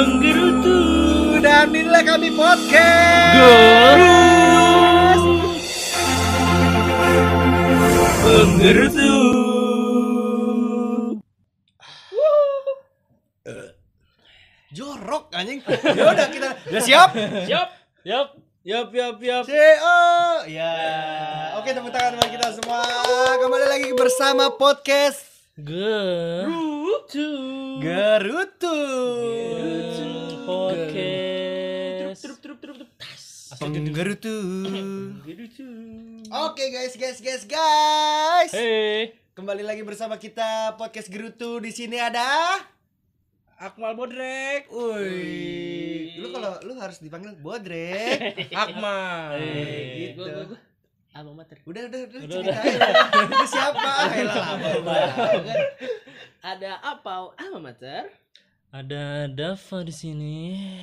Penggerutu. Dan inilah kami podcast Penggerutu. jorok anjing. Ya udah kita udah siap? Yap. CO. Ya. Oke, tepuk tangan buat kita semua. Kembali lagi bersama podcast Gerutu. Gerutu. Podcast. Penggerutu. Gerutu. Oke guys. Hey, Kembali lagi bersama kita podcast Gerutu. Di sini ada Akmal Bodrek. Wih, lu harus dipanggil Bodrek. Akmal. Gitu. Gua. Alma mater. Udah Udah. ceritain. Itu siapa? Lama banget. Ada apa? Alma mater. Ada Dava di sini.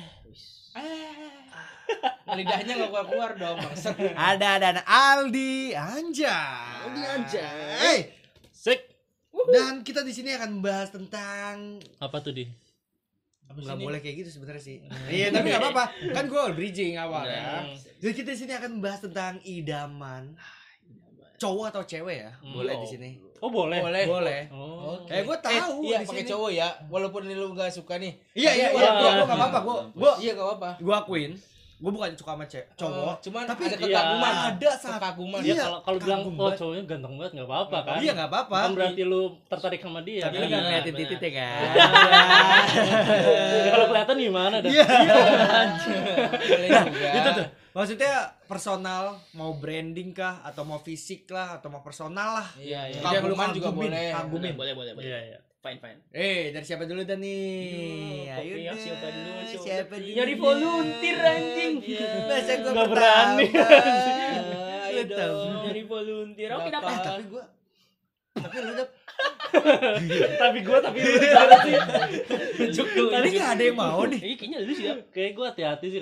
Lidahnya enggak keluar dong, bangsat. Ada Aldi Anjay. Hey, Sik. dan kita di sini akan membahas tentang Apa tuh, Di? nggak boleh kayak gitu sebenarnya sih. Iya, tapi nggak apa-apa. Kan gue bridging awal ya. Jadi kita di sini akan membahas tentang idaman cowok atau cewek ya. Boleh di sini. Oh, boleh. Boleh. Oh. Gue tahu Iya, di pakai sini. cowok ya. Walaupun lu enggak suka nih. Iya, gue nggak apa-apa. Iya, enggak apa-apa. Gue akuin. Gue bukan suka sama cowok. Cuman tapi ada kekaguman. ada saat kekaguman. Iya, Iya, kalau bilang kagum oh banget. cowoknya ganteng banget enggak apa-apa kan? Iya, nggak apa-apa. Kan berarti lu tertarik sama dia. Tapi kan? lu nggak Iya, ngeliatin benar. titiknya kan? Ya, kalau kelihatan gimana dah? Iya. Boleh juga. Gitu tuh. Maksudnya personal, mau branding kah atau mau fisik lah atau mau personal lah. Iya. Kaguman juga kagumin, boleh. kagumin. Boleh. Iya. Fine. Dari siapa dulu dan nih? Ayo, Ayo kopi, siapa dulu? Siapa dulu? Nyari volunteer anjing. Masa gua Nggak berani. Ayo Lu tahu. dong, nyari volunteer. Oke, Tapi dapat. lu udah Tapi lu gimana sih? tadi nggak ada yang mau nih. Iya, kayaknya lu sih ya. Kayak gua hati-hati sih.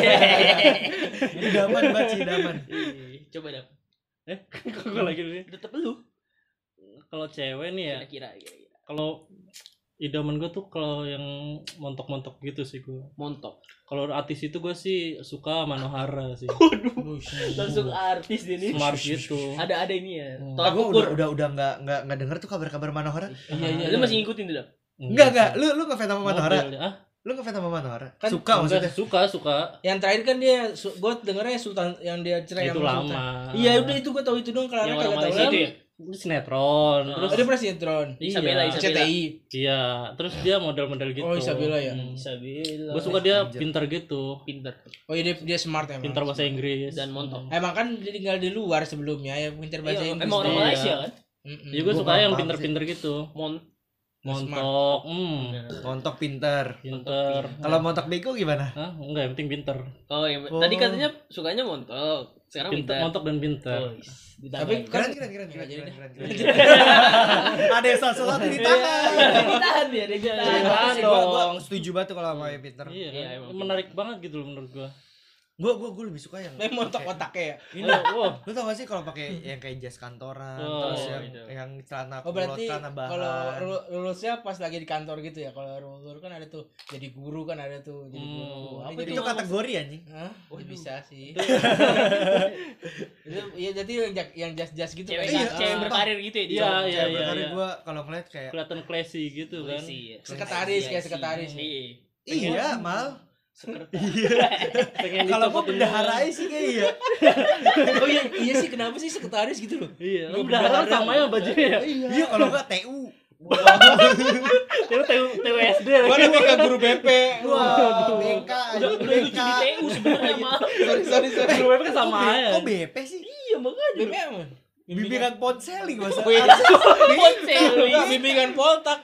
Idaman banget sih, idaman. Coba dah. Kok gua lagi nih? Tetep lu. Kalau cewek nih ya, Kira-kira. kalau idaman gua tuh kalau yang montok-montok gitu sih gua. Montok. Kalau artis itu gua sih suka Manohara sih. Langsung artis dia nih. Smart gitu. Ada ini ya. Hmm. Tolak Gue ukur. udah nggak denger tuh kabar-kabar Manohara. Iya. Lu masih ngikutin tuh, Dap? Enggak. Lu ngefans sama Manohara? Modelnya. Ah, Lu ngefans sama Manohara? Kan Suka maksudnya? suka. Yang terakhir kan dia gue dengernya Sultan yang dia cerai Itu sama Sultan. lama. Iya, udah itu gue tahu itu dong karena Yang kagak orang tahu Malaysia itu lagi. ya? Sinetron. Terus Ada pernah sinetron. Isabella. CTI. Iya, terus dia model-model gitu. Oh, Isabella ya. Isabella. Gue suka dia Anjir. pintar gitu. Oh iya dia smart emang. Pintar bahasa Inggris Dan montok. Emang kan dia tinggal di luar sebelumnya ya pintar bahasa Iya, Inggris. emang orang dia. Malaysia kan? Mm-mm. Ya gue Gua suka yang paham pintar-pintar gitu. Montok, Montok pinter. pintar. Kalau montok bego gimana? Hah? Enggak, yang penting pintar. Oh, yang Oh. tadi katanya sukanya montok. Sekarang Pintar, pintar. montok dan pintar. Oh, Tapi kan Keren. jadi Ada sesuatu ditahan. ditahan dia, dia Tahan Gua dong. setuju banget tuh kalau sama yang pinter. Iya, Iya, kan? emang Menarik banget gitu loh menurut gua. Gue lebih suka yang montok otaknya ya. ini. Wah, Lu tau gak sih kalau pakai yang kayak jas kantoran, Oh, terus iya. yang celana Oh kulot, berarti celana kalau bahan. lulusnya pas lagi di kantor gitu ya. Kalau lulus kan ada tuh jadi guru kan ada tuh jadi guru. Apa Ini Itu jadi kategori anjing. Hah? Oh, bisa sih. Itu ya jadi yang jas gitu Cewek Iya, cewek sumpah. berkarir gitu ya dia. Iya, Karena iya. gue kalau ngeliat kayak Kelihatan classy gitu kan. sekretaris kayak sekretaris. Iya. iya mal. Pengen Kalau gue dicopotin bendahara doang. sih kayak iya. Oh iya sih kenapa sih sekretaris gitu loh? Iya, Lu udah kan sama ya bajunya ya. Iya kalau enggak TU. TU SD Gua lagi. lebih ke guru BP. Wah, BK Udah lucu di TU sebenarnya mah. Sorry. Dulu memang kan sama ya. Kok BP sih? Iya makanya. BP apa? Bimbingan ponseling masa. Ponseling. Enggak, bimbingan poltak.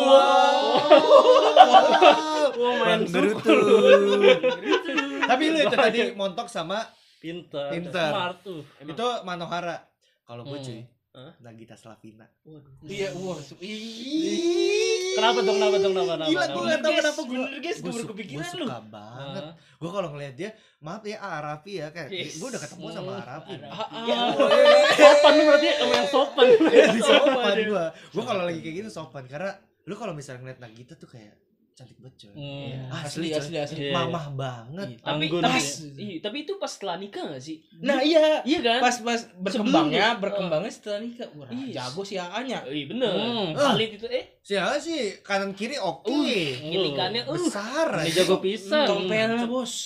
Wah, main Gerutu. Tapi lu itu tadi montok sama pintar. Pintar. Smart tuh. itu Manohara. Kalau gue cuy, Hah? Nagita Slavina. Iya, wah. Kenapa dong? Gila, gue Kenapa? gak tau kenapa gue. Bener guys, gue baru kepikiran lu. suka banget. Ah. Gue kalau ngeliat dia, maaf ya Arafi ya kayak, Yes. gue udah ketemu sama Arafi. Sopan lu berarti sama yang sopan. Di sopan gue. Gue kalau lagi kayak gitu sopan karena lu kalau misalnya ngeliat Nagita tuh kayak cantik banget coy. Asli. Iya. Mamah banget. Tapi Anggun tapi, sih. tapi itu pas setelah nikah gak sih? Nah iya, Iya kan? pas berkembangnya setelah nikah. Wah, Iya. jago sih Anya. Iya bener. Hmm. Khalid itu Siapa sih kanan kiri oke. ngilikannya Besar. Ini aja. jago pisan. Tompelnya bos.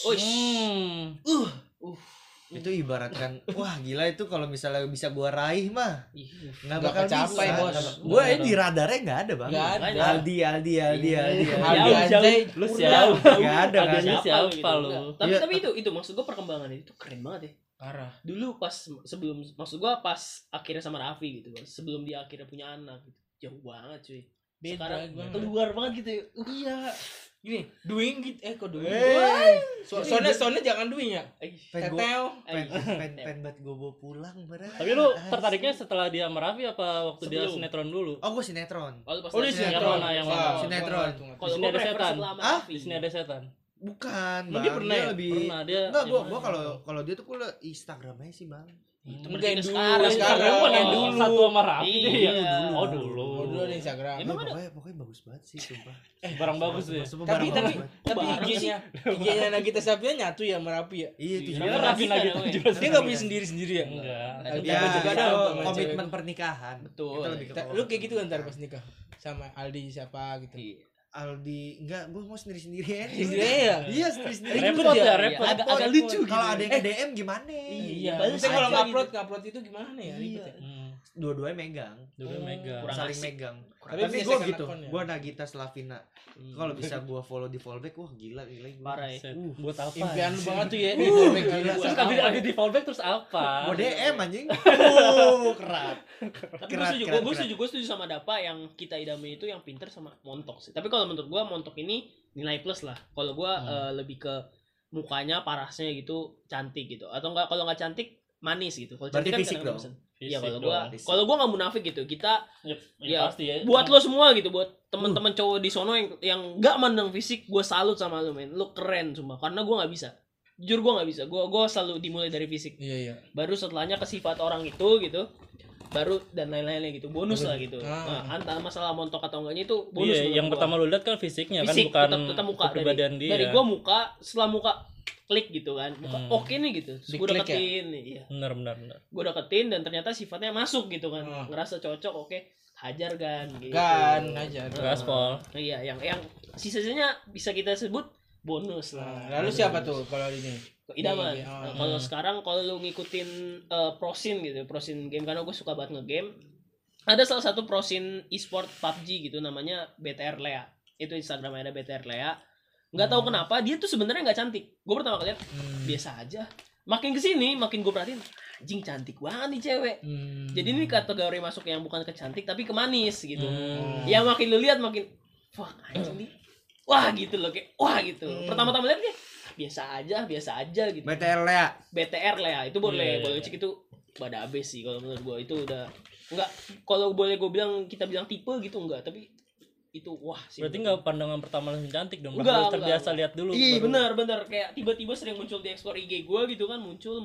Itu ibaratkan wah gila itu kalau misalnya bisa gua raih mah nggak Nggak bakal kecapai, bisa. bos. Gua di radarnya nggak ada bang. Nggak ada. Aldi. Aldi Jauh, anjay. Lu Udah. siapa? Nggak ada Ada nggak ada. siapa lu? Tapi Iya. tapi itu maksud gua perkembangan itu keren banget ya. Parah. Dulu pas sebelum maksud gua pas akhirnya sama Raffi gitu kan. Sebelum dia akhirnya punya anak gitu. Jauh banget cuy. Beda Sekarang banget. keluar banget gitu ya. Iya. Gini, doing gitu kok doing. Hey. Soalnya jangan doing ya. Pengen gua Teteo. pengen banget gua bawa pulang berat. Tapi lu tertariknya setelah dia sama Raffi apa waktu dia Sebelum. sinetron dulu? Oh gua sinetron. Oh, pas Oh, dia lagi sinetron. mana, yang Wah, mana? Sinetron. Kalau Di sini gua ada prefer setan. setelah sama Ah? Raffi. Di sini ada setan. Bukan Emang bang. dia pernah ya? lebih. Pernah dia. Enggak gua yang mana? kalau dia tuh gua Instagramnya sih bang. Itu Enggak, mending yang dulu, sekarang. sekarang Oh, yang dulu. Satu sama Raffi Iya. dia. Oh Oh, dulu. dulu ada Instagram. Emang ada? Pokoknya bagus banget sih sumpah. Barang bagus ya. Sumpah, Tapi barang bagus banget. Barang IG-nya Nagita Safia nyatu ya sama Rapi ya. Iya itu Iya, juga. Raffi Nagita Nagita namanya. juga. Dia enggak punya sendiri-sendiri ya? Enggak. Ada Ya, juga ada itu sama komitmen cewek. pernikahan. Betul. Itu lebih ke Lu kayak gitu kan ntar pas nikah sama Aldi siapa gitu. Iya. Aldi enggak, gue mau sendiri-sendiri aja. Sendiri ya? Iya, sendiri-sendiri. Repot ya, Iya, repot. agak lucu gitu. Kalau ada yang DM gimana? Iya. balas Maksudnya kalau aja ngupload itu gimana ya? Ribet ya? Dua-duanya megang. Dulu mega. kurang Saling asik. megang. Tapi Tapi punya gue second gitu. account ya? Gue Nagita Slavina. Kalau bisa gue follow di fallback, wah gila. Parah ya. Set. Buat apa? Impian lu banget tuh ya di fallback gila. Terus abis di fallback terus apa? Gue DM anjing. Kerat. Tapi Kerat, gue kerat. setuju sama Dapa yang kita idami itu yang pinter sama montok sih. Tapi kalau menurut gue montok ini nilai plus lah. Kalau gue lebih ke mukanya, parasnya gitu, cantik gitu. Atau enggak kalau nggak cantik manis gitu. Kalau Berarti cantik kan fisik kadang-kadang dong. bosen. Iya Fisik kalau dong. gua nggak munafik gitu. Kita Ya, pasti ya. buat lo semua gitu, buat teman-teman cowok di sono yang nggak mandang fisik, gue salut sama lo men. Lo keren cuma karena gua nggak bisa. Jujur gua nggak bisa. Gua selalu dimulai dari fisik. Iya. Baru setelahnya ke sifat orang itu gitu. Baru dan lain-lainnya gitu. Bonus lah gitu. Nah, antara masalah montok atau enggaknya itu bonus. Iya, menurut yang gua. pertama lu lihat kan fisiknya Fisik, kan bukan tetap muka kepribadian dia. dari gua muka, setelah muka klik gitu kan. Muka oke nih gitu. Terus gua Diklik ya? deketin nih, iya. Benar. Gue deketin dan ternyata sifatnya masuk gitu kan, Oh. ngerasa cocok, oke hajar kan gitu. Kan aja. Gaspol. Iya, yang sisanya bisa kita sebut bonus lah. Nah, lalu siapa tuh kalau ini? Idaman. Iya, Nah, kalau sekarang kalau lu ngikutin prosin gitu, prosin game karena gue suka banget ngegame. Ada salah satu prosin e-sport PUBG gitu namanya BTR Lea. Itu Instagramnya ada BTR Lea. Nggak tahu kenapa dia tuh sebenarnya nggak cantik. Gue pertama kali lihat biasa aja. Makin kesini makin gue perhatiin anjing cantik banget nih cewek. Jadi ini kategori masuk yang bukan ke cantik tapi ke manis gitu. Ya makin lu lihat makin wah anjing nih. Wah gitu loh kayak wah gitu. Pertama-tama lihat kayak biasa aja gitu. BTR Lea. BTR lah ya. Itu boleh Iya. boleh cek itu bada abis sih kalau menurut gua itu udah enggak kalau boleh gue bilang kita bilang tipe gitu enggak tapi itu wah sih. Berarti nggak pandangan pertama langsung cantik dong. Enggak, Harus terbiasa enggak. lihat dulu. Iya baru- benar kayak tiba-tiba sering muncul di explore IG gue gitu kan muncul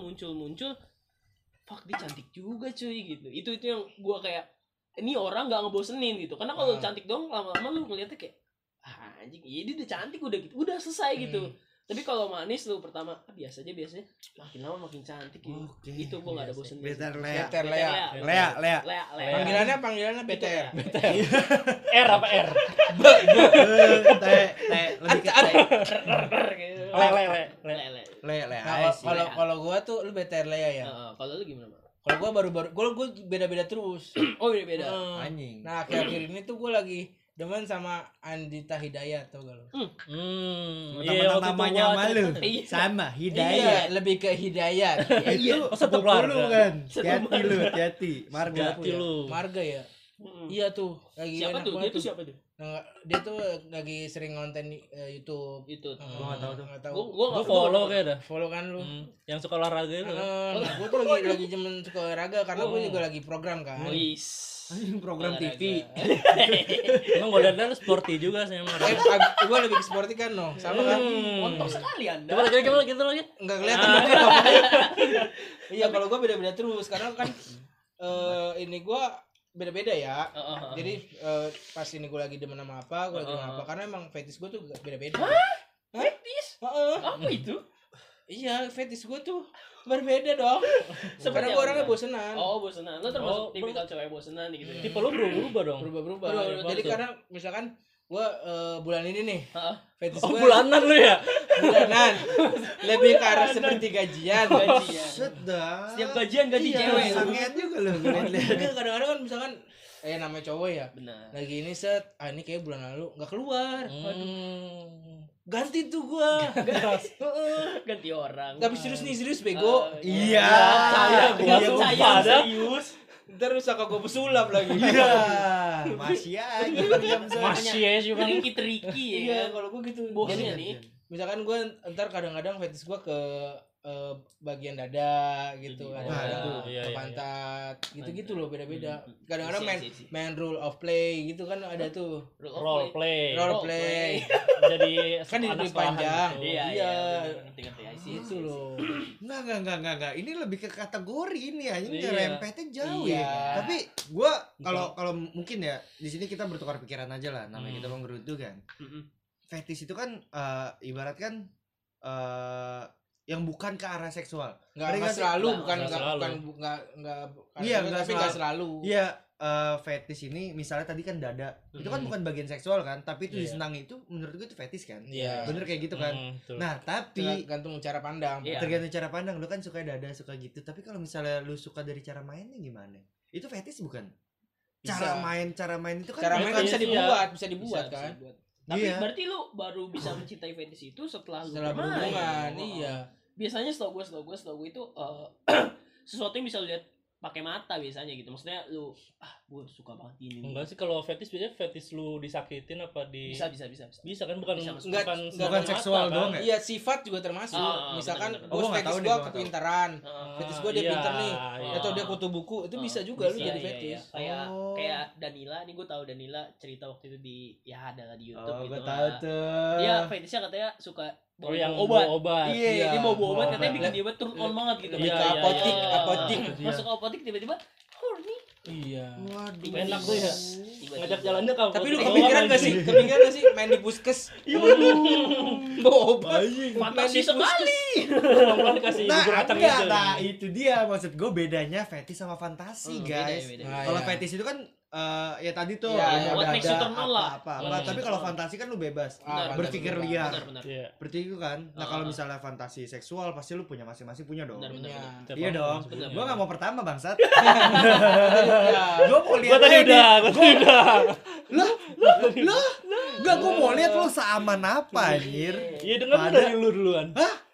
fuck dia cantik juga cuy gitu itu yang gue kayak ini orang nggak ngebosenin gitu karena kalau cantik dong lama-lama lu ngeliatnya kayak anjing iya dia udah cantik udah gitu udah selesai gitu tapi kalau manis lu pertama biasanya makin lama makin cantik gitu Oke, itu gue nggak ada bosen BTR Lea. BTR Lea. Lea. Panggilannya BTR. R apa R? Lebih ke Le. Nah, kalau gua tuh lu BTR Lea ya. Kalau lu gimana Mak? Kalau gua beda-beda terus. Oh beda anjing. Nah, akhir-akhir ini tuh gua lagi demen sama Andita Hidayat tau gak lo? Teman namanya malu. Iya. Sama Iya, Hidayat. lebih ke Hidayat. Itu satu sepupu lu keluarga. kan. Hati lu, hati. Marga. Hati lu. Marga ya. Iya tuh, lagi Siapa enak tuh? banget Dia tuh siapa tuh? Nah, dia tuh lagi sering ngonten di YouTube. Itu. Gua nggak tahu tuh. Nggak tahu. Gua Gue follow kayak dah. Follow kan lu. Yang suka olahraga itu. Nah, gue tuh lagi jemen suka olahraga karena gue juga lagi program kan. Wis. Anjing program TV. Emang gue lihat sporty juga sih emang. Gue lebih ke sporty kan no, sama kan? Montok sekali Anda. Coba lagi gitu lagi. Nggak kelihatan. Iya kalau gue beda-beda terus karena kan ini gue beda-beda ya. Heeh. Jadi pas ini gue lagi demen sama apa, gue lagi demen apa, karena emang fetish gue tuh beda-beda. Fetish? Heeh. Apa itu? Iya, fetish gue tuh berbeda dong. Seperti Karena gue apa? orangnya bosenan. Oh, bosenan. Lo termasuk Oh, tipikal cewek bosenan gitu ya? Tipe lu berubah dong. Berubah-berubah. Berubah-berubah Jadi tuh. karena misalkan gue bulan ini nih, Heeh. fetish Oh, gue bulanan lu ya? bulanan. Lebih ke arah seperti gajian. Gajian. Sudah. Setiap gajian gaji cewek. Sangean juga lu ngeliat-liat. Enggak, kadang-kadang kan misalkan namanya cowok ya. Benar. Lagi ini set, ini kayak bulan lalu nggak keluar. Hmm. Ganti tuh gua. Ganti orang. Tapi serius nih, serius bego. Iya. Saya gua Nggak sumpah percaya dah. serius. Ntar saka gua pesulap lagi. Iya. Masih aja Bang Jamzon. Masih ya sih bang. Triki ya Iya, kan? kalau gua gitu. Bosnya Jadi, nih. misalkan gua ntar kadang-kadang fetish gua ke bagian dada gitu, Iya, kadang-kadang iya, ke iya. pantat, gitu-gitu loh, beda-beda. Hmm. Kadang-kadang Isi, main isi. main rule of play gitu kan ada tuh. Role play. Role Role play. Jadi Kan anak lebih sekolahan panjang. gitu. Iya, Iya. iya. Ngerti-ngerti. I see, Gitu I see. loh. Enggak. Ini lebih ke kategori ini ya. Ini Iya. nyerempetnya jauh Iya. ya. Tapi gua kalau mungkin ya di sini kita bertukar pikiran aja lah. Namanya kita menggerutu kan. Mm-mm. Fetish itu kan ibarat kan yang bukan ke arah seksual. Nggak Nggak selalu, nggak bukan selalu. Iya, tapi nggak nggak selalu. selalu. Iya, fetish ini misalnya tadi kan dada. Itu kan bukan bagian seksual kan, tapi itu Iya. disenangi itu menurut gue itu fetish kan. Iya. Bener kayak gitu kan. Betul. Nah, tapi Tergantung cara pandang. Iya. tergantung cara pandang. Lu kan suka dada, suka gitu. Tapi kalau misalnya lu suka dari cara mainnya gimana? Itu fetish bukan? Cara main itu kan Cara main Bukan kan bisa sih, dibuat, bisa Bisa, dibuat bisa kan. dibuat. Tapi Iya. berarti lu baru bisa mencintai fetish itu setelah lu Setelah bermain. berhubungan, Oh. iya. Biasanya setahu gue itu sesuatu yang bisa lu lihat pakai mata biasanya gitu. Maksudnya lu gue suka banget ini. Enggak sih kalau fetish biasanya fetish lu disakitin apa di Bisa. Bisa kan bukan Bisa masuk. Enggak bukan mata seksual kan? doang ya? Iya, sifat juga termasuk. Misalkan benar-benar. Oh, gua nggak fetish tahu nih, gua gua nggak kepintaran. Heeh. Fetish gua dia Iya, pintar nih. iya. Atau dia kutu buku, itu bisa juga lu Iya, jadi iya, fetish. iya. Kayak Oh. kayak Danila, nih gue tahu Danila cerita waktu itu di adalah di YouTube Oh, gitu. gue tahu tuh. Dia fetishnya katanya suka Oh yang obat. obat. Iya, dia bawa obat katanya obat. bikin dia turun on banget gitu. Lebih Iya, ke iya, apotik, iya. apotik. Masuk ke apotik tiba-tiba horny. Iya. Waduh. Enak tuh ya. Tiba-tiba. Ngajak jalannya kamu. Tapi lu kepikiran gak sih? Kepikiran gak sih main di puskes? Bawa obat. Fantasi sekali. Kamu kasih Nah, bubur kacang enggak, gitu. nah itu dia maksud gue bedanya fetish sama fantasi Beda, guys. beda. Nah, Kalau iya. fetish itu kan ya tadi tuh Iya, lu iya. mau What makes you dada turn on lah. apa. What Tapi makes kalau you turn on. fantasi kan lu bebas. Ah, berpikir fantasi liar. Benar. Iya. Berarti itu kan. Nah, kalau Ah. misalnya fantasi seksual pasti lu punya masing-masing punya dong. Benar. Iya. Iya dong. Benar. Gua enggak mau pertama, Bangsat. Iya. Gua mau lihat Gua tadi aja udah, nih. gua tadi udah. Enggak, gua mau lihat lu seaman apa anjir. Iya dengar Pada- dari lu duluan.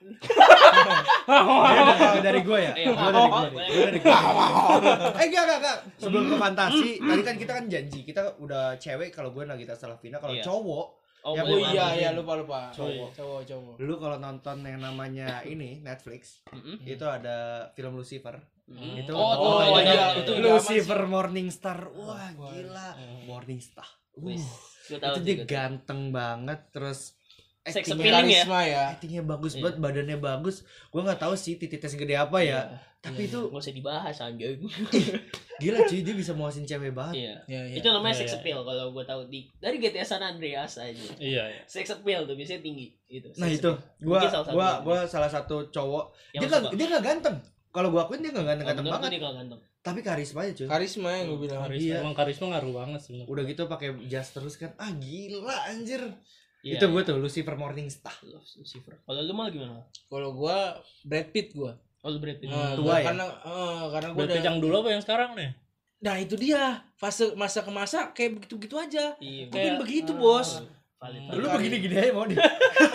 Dari gue ya? Iya, Gua dari gue. Enggak. Sebelum ke fantasi, tadi kan kita kan janji, kita udah cewek kalau gue Nagita Slavina, kalau Iya. cowok Oh, Ya, Oh boleh iya banget. lupa. Cowok. Cowok. dulu kalau nonton yang namanya ini Netflix, Mm-mm. itu ada film Lucifer. Mm-mm. Itu Oh, iya, itu itu Lucifer Morningstar. Wah, Wah. gila. Morningstar. Wis, gua tahu Itu tuh, dia gua tahu. ganteng banget, terus Sex actingnya appealing ya? Karisma ya. actingnya bagus Iya. banget, badannya bagus. Gua nggak tahu sih titiknya segede apa ya. Iya. Tapi itu Nggak usah dibahas anjay. gila cuy, dia bisa muasin cewek banget. Iya. Iya. Itu namanya Iya, sex iya. appeal kalau gua tahu dari GTA San Andreas aja. Iya. Sex appeal tuh biasanya tinggi gitu. Nah Sex itu, appeal. Mungkin salah satu. gua salah satu cowok. Yang Dia suka. nggak ganteng. Kalau gua akuin dia nggak Oh, ganteng-ganteng menurut banget. gua dia kalau ganteng. Tapi karisma aja cuy. Karisma yang gue bilang. Karisma, Iya. emang karisma ngaruh banget sebenarnya. Udah gitu pakai jas terus kan. Ah gila anjir. Iya, Itu iya. gua tuh Lucifer Morningstar. Love Lucifer. Kalau lu mal gimana? Kalau gua Brad Pitt gua. Oh, lu Brad Pitt. Tua ya? Karena gua Berarti udah. yang dulu apa yang sekarang nih? Nah itu dia fase masa ke masa kayak begitu aja. Iya. Gua pengen begitu bos. Valid. Lu begini-gini aja mau dia.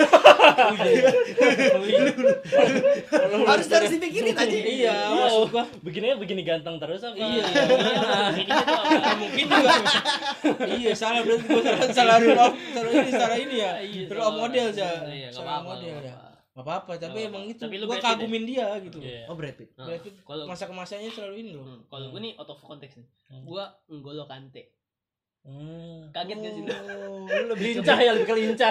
Harus Harus dipikirin aja. Iya, maksud gua. Begini ganteng terus apa? Iya. Ini tuh apa? Mungkin juga. Iya salah berarti gua salah salah ini ya. Iya, Rule of model ya. Iya, nggak Salah apa-apa, model nggak ya. apa-apa. Gak apa-apa, tapi Nggak emang apa-apa. itu Tapi lu gua Brad Pitt kagumin dia gitu. Iya. Oh Brad Pitt. Nah, Brad Pitt kalau masa kemasanya selalu ini loh. kalau gue nih out of context nih. Gua N'Golo Kante. Kaget gak sih? Lu lebih Lincah ya, lebih ke lincah.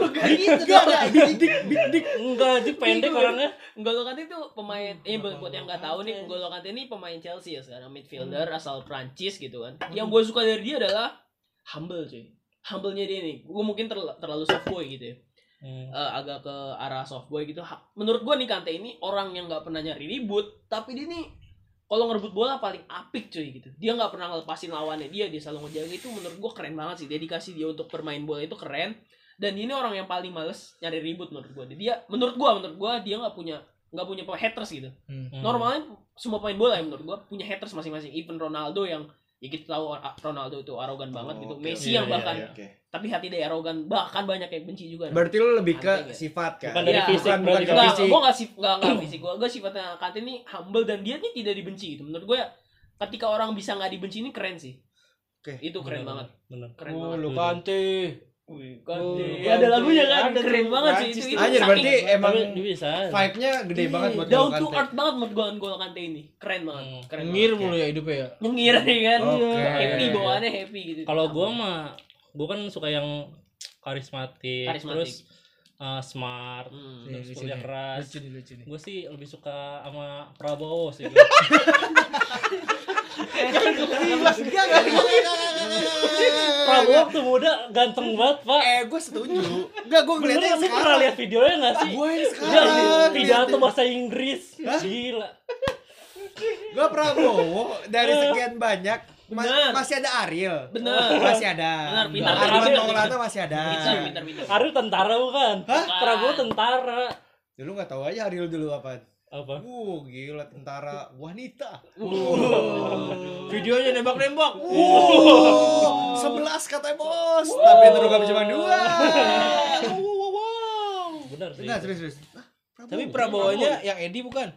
dik. Enggak, Dik pendek orangnya. N'Golo Kante itu pemain buat yang nggak tahu nih, N'Golo Kante ini pemain Chelsea ya sekarang, midfielder asal Prancis gitu kan. Yang gue suka dari dia adalah humble cuy. Humble-nya dia nih. Gue mungkin terlalu soft boy gitu ya. Agak ke arah soft boy gitu. Menurut gue nih Kante ini orang yang nggak pernah nyari ribut, tapi dia nih kalau ngerebut bola paling apik cuy gitu. Dia nggak pernah ngelepasin lawannya, dia selalu ngejaga. Itu menurut gue keren banget sih. Dedikasi dia untuk bermain bola itu keren. Dan ini orang yang paling males nyari ribut menurut gue. Dia menurut gue dia nggak punya haters gitu. Normalnya semua pemain bola ya menurut gue punya haters masing-masing. Even Ronaldo yang ya kita tahu Ronaldo itu arogan banget gitu. Messi yang bahkan tapi hati dia arogan, bahkan banyak yang benci juga. Berarti lu lebih ke sifat kan? Bukan dari fisik, bukan ke Enggak, fisik. gue nggak fisik. Gue sifatnya Kante ini humble dan dia nih tidak dibenci gitu. Menurut gue ya, ketika orang bisa nggak dibenci ini keren sih. Oke. Itu keren banget. Bener. Keren banget. Lu Kante. Ya ada lagunya kan, keren banget sih itu. Anjir, berarti emang Tapi dia bisa. vibe-nya gede banget buat down N'Golo to Kante. earth banget menurut N'Golo Kante ini. Keren banget. Keren Ngir banget. mulu ya hidupnya ya. Nyengir nih kan. Oke. Happy bawaannya happy gitu. Kalau gua kan suka yang karismatik. Terus smart, terus kerja keras. Lucu nih. Gue sih lebih suka sama Prabowo sih. Prabowo waktu muda ganteng banget, Pak. Gue setuju. Enggak, gue ngeliatnya Bener, yang lu pernah sekarang. lihat videonya nggak sih? Gue yang Dia sekarang. pidato bahasa Inggris. Gila. Gue Prabowo dari sekian banyak Bener. masih ada Ariel. Bener. Masih ada. Bener, pintar. Arman Ariel. Maulana masih ada. Pintar. Ariel tentara bukan? Hah? Prabowo tentara. Dulu nggak tahu aja Ariel dulu apa. Apa? Gila tentara wanita. Videonya nembak-nembak. 11 katanya bos. Tapi yang terungkap cuma 2. Benar sih. Enggak, serius. Tapi Prabowo-nya yang Edi bukan?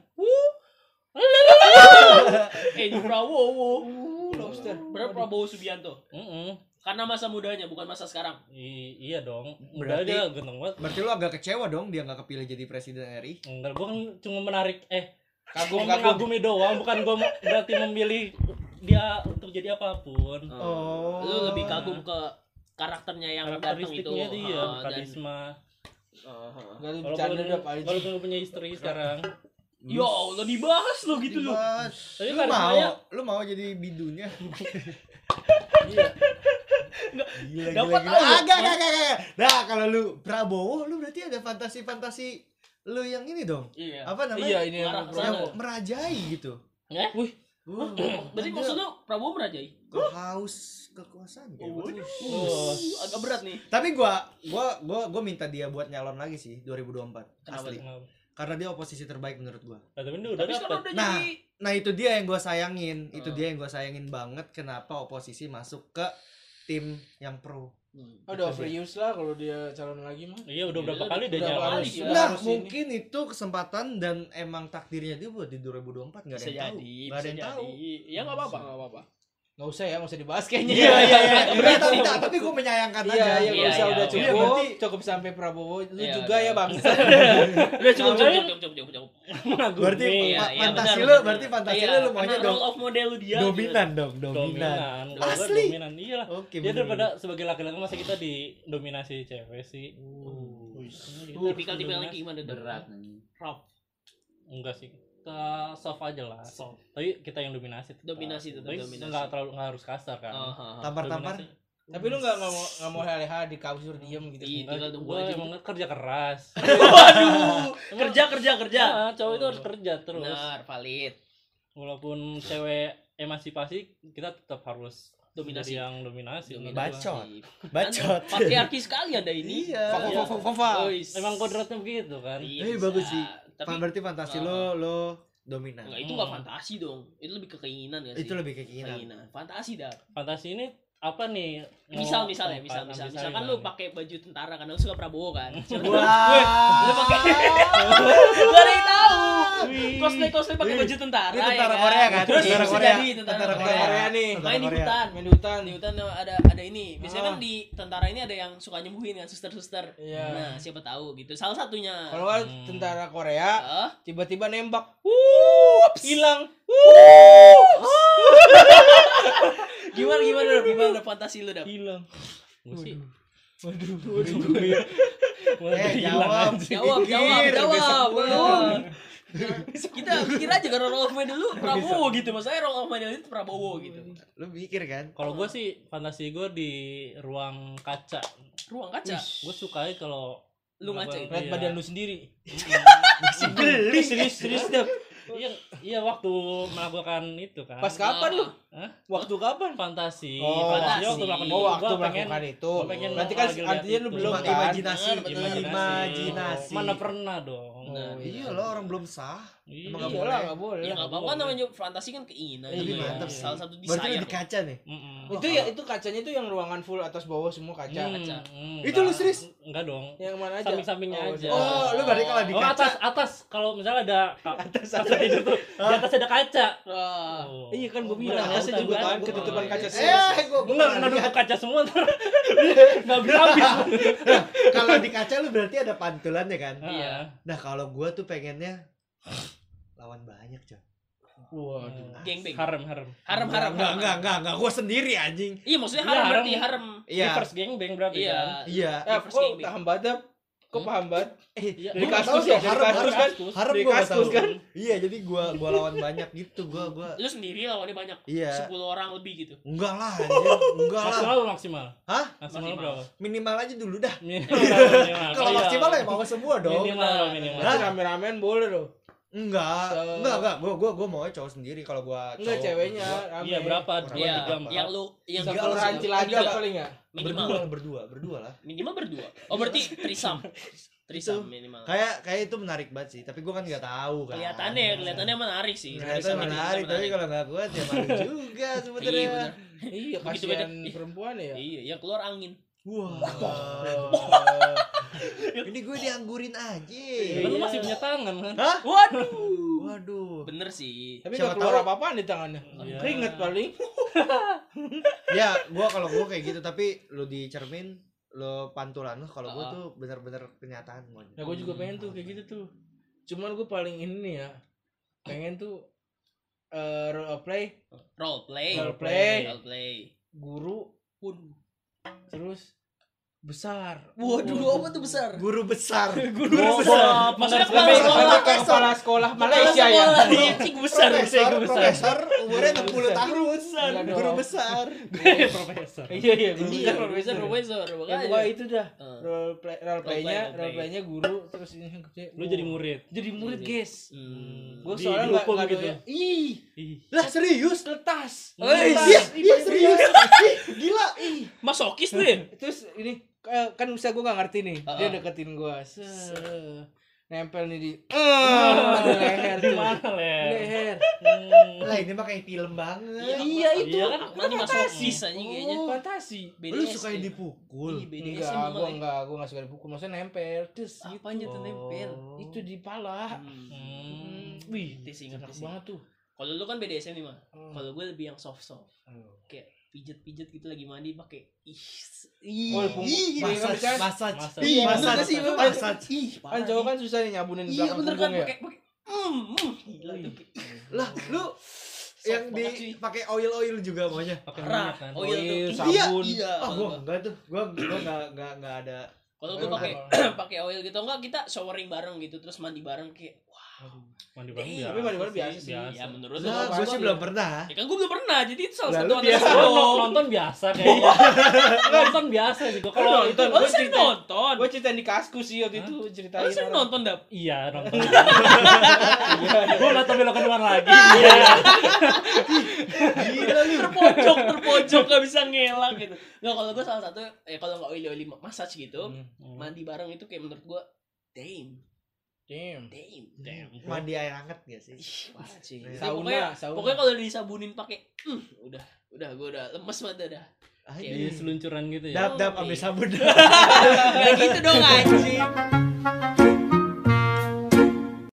Di Prabowo. Lobster. Berapa Prabowo Subianto? Mm-mm. Karena masa mudanya bukan masa sekarang. Iya dong. Udah Berarti- aja ganteng banget. Berarti lu agak kecewa dong dia nggak kepilih jadi presiden RI. Enggak, gua kan cuma menarik Kagum. mengagumi doang, bukan gua berarti memilih dia untuk jadi apapun. Oh. Lu lebih kagum ke karakternya yang datang itu. Karakteristiknya dia, Dan karisma. Enggak lu Walaupun bercanda dah Pak Haji. walaupun gua punya istri sekarang. Ya Allah dibahas lo gitu lo. Tapi Lu mau, karismanya lu mau jadi bidunya? Gila, Dapat gila. tahu ya? Agak. Nah, kalau lu Prabowo, lu berarti ada fantasi-fantasi lu yang ini dong. Iya. Apa namanya? Iya, ini yang Marah Prabowo. Yang sana. merajai gitu. Wih, Berarti maksud lu Prabowo merajai? ke haus kekuasaan kayak gitu. Agak berat nih. Tapi gua minta dia buat nyalon lagi sih 2024. Kenapa? Asli. Karena dia oposisi terbaik menurut gua. tapi ini udah Tapi sekarang dapat. udah Nah, jadi Nah, itu dia yang gua sayangin. Itu dia yang gua sayangin banget kenapa oposisi masuk ke tim yang pro. udah overuse lah kalau dia calon lagi mah. Iya, udah berapa Iya, kali dia udah nyala. harus. Iya. Nah, harus ini. mungkin itu kesempatan dan emang takdirnya dia buat di 2024 nggak ada bisa yang tahu. jadi, Nggak ada yang tahu. Ya enggak apa-apa. Enggak usah ya, enggak usah dibahas kayaknya. Iya. Berat Tapi, sih. tapi gue menyayangkan Iya, aja. iya, Iya, enggak usah iya, udah oke. cukup. Iya, berarti- Cukup sampai Prabowo. Lu Iya, juga udah. ya, Bang. Udah cukup. Berarti Iya, fantasi benar, lu, benar. berarti fantasi Iya, lu maunya karena dong role of model lu dia. dominan dong, dominan. Dominan. Kalau gua Asli? dominan iyalah. Oke, Dia bener, daripada sebagai laki-laki masa kita didominasi cewek sih. Tipikal-tipikalnya kayak gimana? Berat. Rough. Enggak sih. Kita soft aja lah. Tapi kita yang dominasi. tetap. Dominasi tetap Tapi dominasi. nggak harus kasar kan. Tampar-tampar. Dominasi. Tapi lu enggak mau leha di kasur diem gitu. Iya, tinggal tunggu Gua aja. emang kerja keras. Waduh, kerja. Ah, cowok itu harus kerja terus. Benar, valid. Walaupun cewek emansipasi, kita tetap harus Dominasi. jadi yang dominasi. Bacot. Anda Bacot. Patriarki sekali Anda ini. Iya. Ois. Emang kodratnya begitu kan. Iya, Eh, bisa. bagus sih. Tapi Berarti fantasi lo dominan. enggak, itu enggak fantasi dong. Itu lebih ke keinginan enggak sih? Itu lebih kayak keinginan. keinginan. Fantasi dah. Fantasi ini apa nih? Misal misalkan lu pakai baju tentara kan lu suka Prabowo kan. Siapa tahu. Wah. Lu pakai Gak ada yang tahu. Cosplay pakai baju tentara. Ini tentara ya Korea kan? Terus Tentara bisa Korea. jadi Tentara Korea nih. Tentara Main di Korea. hutan. Main di hutan. Di hutan ada ini. Biasanya kan di tentara ini ada yang suka nyembuhin kan, suster-suster. Iya. Nah, siapa tahu gitu. Salah satunya. Kalau nggak tentara Korea Hah? tiba-tiba nembak. hilang. Gimana fantasi lu, Dap? Hilang. Gue sih. Waduh. Jawab. Kita pikir aja karena role of my dulu Prabowo gitu. Maksudnya role of my itu Prabowo gitu. Lu mikir kan? Kalau gue sih fantasi gue di ruang kaca. Ruang kaca. Gue suka kalau Lu ngaca. Lihat badan lu sendiri. Geli. Serius Dap. Iya waktu melakukan itu kan. Pas kapan lu? Hah? Waktu kapan? Fantasi. Oh, Fantasi fantasi. waktu melakukan Oh, itu. waktu Gua pengen melakukan itu. gua pengen Berarti kan lagi lihat artinya lu itu. belum kan? Imajinasi. Imajinasi. Mana pernah dong. Nah, Iya lo orang belum sah. Iya. Emang nggak Iya boleh. lah, nggak boleh. Ya enggak apa-apa namanya fantasi kan keinginan. Iya, Tapi Iya. mantap sih. Salah satu Berarti desire. di kaca nih. Mm-mm. Itu kacanya itu yang ruangan full atas bawah semua kaca. kaca. Itu lu serius? Enggak dong. Yang mana aja? Samping-sampingnya aja. Oh, lu berarti kalau di Oh, kaca. atas kalau misalnya ada atas itu tuh di atas ada kaca. Wah. Oh. Iya kan gue bilang Bener, atasnya tahu, juga tahu, kan tahu. ketutupan kaca semua. Gua Enggak nutup kaca semua ntar. Enggak bisa habis. Kalau di kaca lu berarti ada pantulannya kan? Iya. Nah, kalau gua tuh pengennya lawan banyak, coy. Waduh. Gengbeng. Harem. Enggak, gua sendiri anjing. Iya, maksudnya Iya, harem harem. berarti harem. Iya. Reverse gangbang berarti Iya. kan. Iya. Kok Gaming. paham banget? Kok paham banget? Iya. Dari Gua nggak kaskus tahu ya? tuh, Dari harem, kaskus kan? Harem Dari gua nggak kaskus tahu. kan? Iya, jadi gua lawan banyak gitu, gua. Lu sendiri lawannya banyak. Iya. 10 orang lebih gitu. Enggak lah, anjir. Enggak lah. Maksimal. Hah? Maksimal Maksimal. berapa? Minimal aja dulu dah. Minimal. Kalau maksimal ya mau semua dong. Minimal. Berarti rame-ramean boleh loh. Enggak. Gua mau cowok sendiri kalau gua Enggak, cowok. ceweknya rame. Iya, berapa? Dua, Iya, tiga, empat. yang lu yang Tiga Satu lah, ranci lagi tiga. paling enggak? minimal Berdua lah. minimal berdua. Oh, berarti trisam. Trisam minimal. Kayak itu menarik banget sih, tapi gua kan nggak tahu kan. Kelihatannya menarik sih. Kelihatan Trisam ini menarik, tapi kalau nggak kuat ya malu juga Iya, sebenarnya. bener. Iya, Begitu kasihan beda. perempuan ya. Iya, yang keluar angin. Wah. Ini gue dianggurin aja. Kan lu masih punya tangan kan? Hah? Waduh. Bener sih. Tapi Siapa enggak keluar tahu. apa-apaan di tangannya. Iya. Keringet paling. Ya, kalau gua kayak gitu, tapi lu dicermin, lu pantulan lu. Kalau gua tuh bener-bener kenyataan mau. Nah, gue juga pengen tuh kayak gitu tuh. Cuman gue paling ini nih ya. Pengen tuh role play, Role play. Role play. Role play. guru Pun. terus besar. Waduh, apa tuh besar? Guru besar. Maksudnya Tapi kepala sekolah. kepala sekolah Malaysia ya. Cik besar. Profesor umurnya 60 tahun. Enggak dong. Guru besar. Profesor. Iya, guru Iya, besar. profesor. Ya Makanya. pokoknya itu dah. Eh. Role playnya guru terus ini yang gede. Lu jadi murid. Jadi murid, guys. Hmm. Gue Di- soalnya dihukum enggak gitu. doyan. Ih, Ih. Lah serius? letas. Iya serius. Ih, gila. Masokis tuh ya? Terus ini kan bisa gue gak ngerti nih. Dia Heeh. deketin gue. Nempel nih di leher Di tuh. mana, Ler? Leher. Lah ini mah kayak film banget. Iya itu. Iya kan? Nanti masokis aja kayaknya. Fantasi. Lu suka yang dipukul? Iya, BDSM Enggak, gue gak suka dipukul. Maksudnya nempel. Terus Apanya tuh nempel? itu di pala. Wih, Tis enak inget banget tuh. Kalau lu kan BDSM nih mah. Kalau gue lebih yang soft. Kayak pijet-pijet gitu lagi mandi pakai Oh, Massage. Massage. Ih, Iya, bener massage. sih, bener. Massage. Kan cowok kan susah nih nyabunin Iya belakang bener kan punggung ya. pakai gila tuh. Lah, lu yang banget sih. dipakai oil juga maunya. Pakai Parah. minyak kan. Oh iya tuh. sabun. Iya. Ah, gua enggak tuh. Gua enggak ada. Kalau gue pakai pakai oil gitu enggak kita showering bareng gitu terus mandi bareng kayak Mandi bareng Iya, biasa. tapi mandi bareng biasa sih. ya menurut lu Lah, apa? gua sih belum pernah. Ya kan gue belum pernah jadi itu salah Lah, satu lu alasan biasa. gua. Nonton biasa kayaknya. Nonton biasa gitu. Kalau itu nonton. Oh, Gua sering cerita- nonton. Gue ceritain di kaskus sih waktu itu ceritain. Oh, sering orang. nonton dap. iya nonton. Gua enggak tahu belok kedua lagi. Iya. Gila lu. terpojok gak bisa ngelak gitu. Nggak kalau gue salah satu kalau nggak oily massage gitu mandi bareng itu kayak menurut gue damn. Mandi air hangat gak sih? Parah sih. Sauna. Pokoknya kalau disabunin pakai udah gue udah lemes banget dah. Di seluncuran gitu ya. Dap ambil sabun. Gak gitu dong anjing.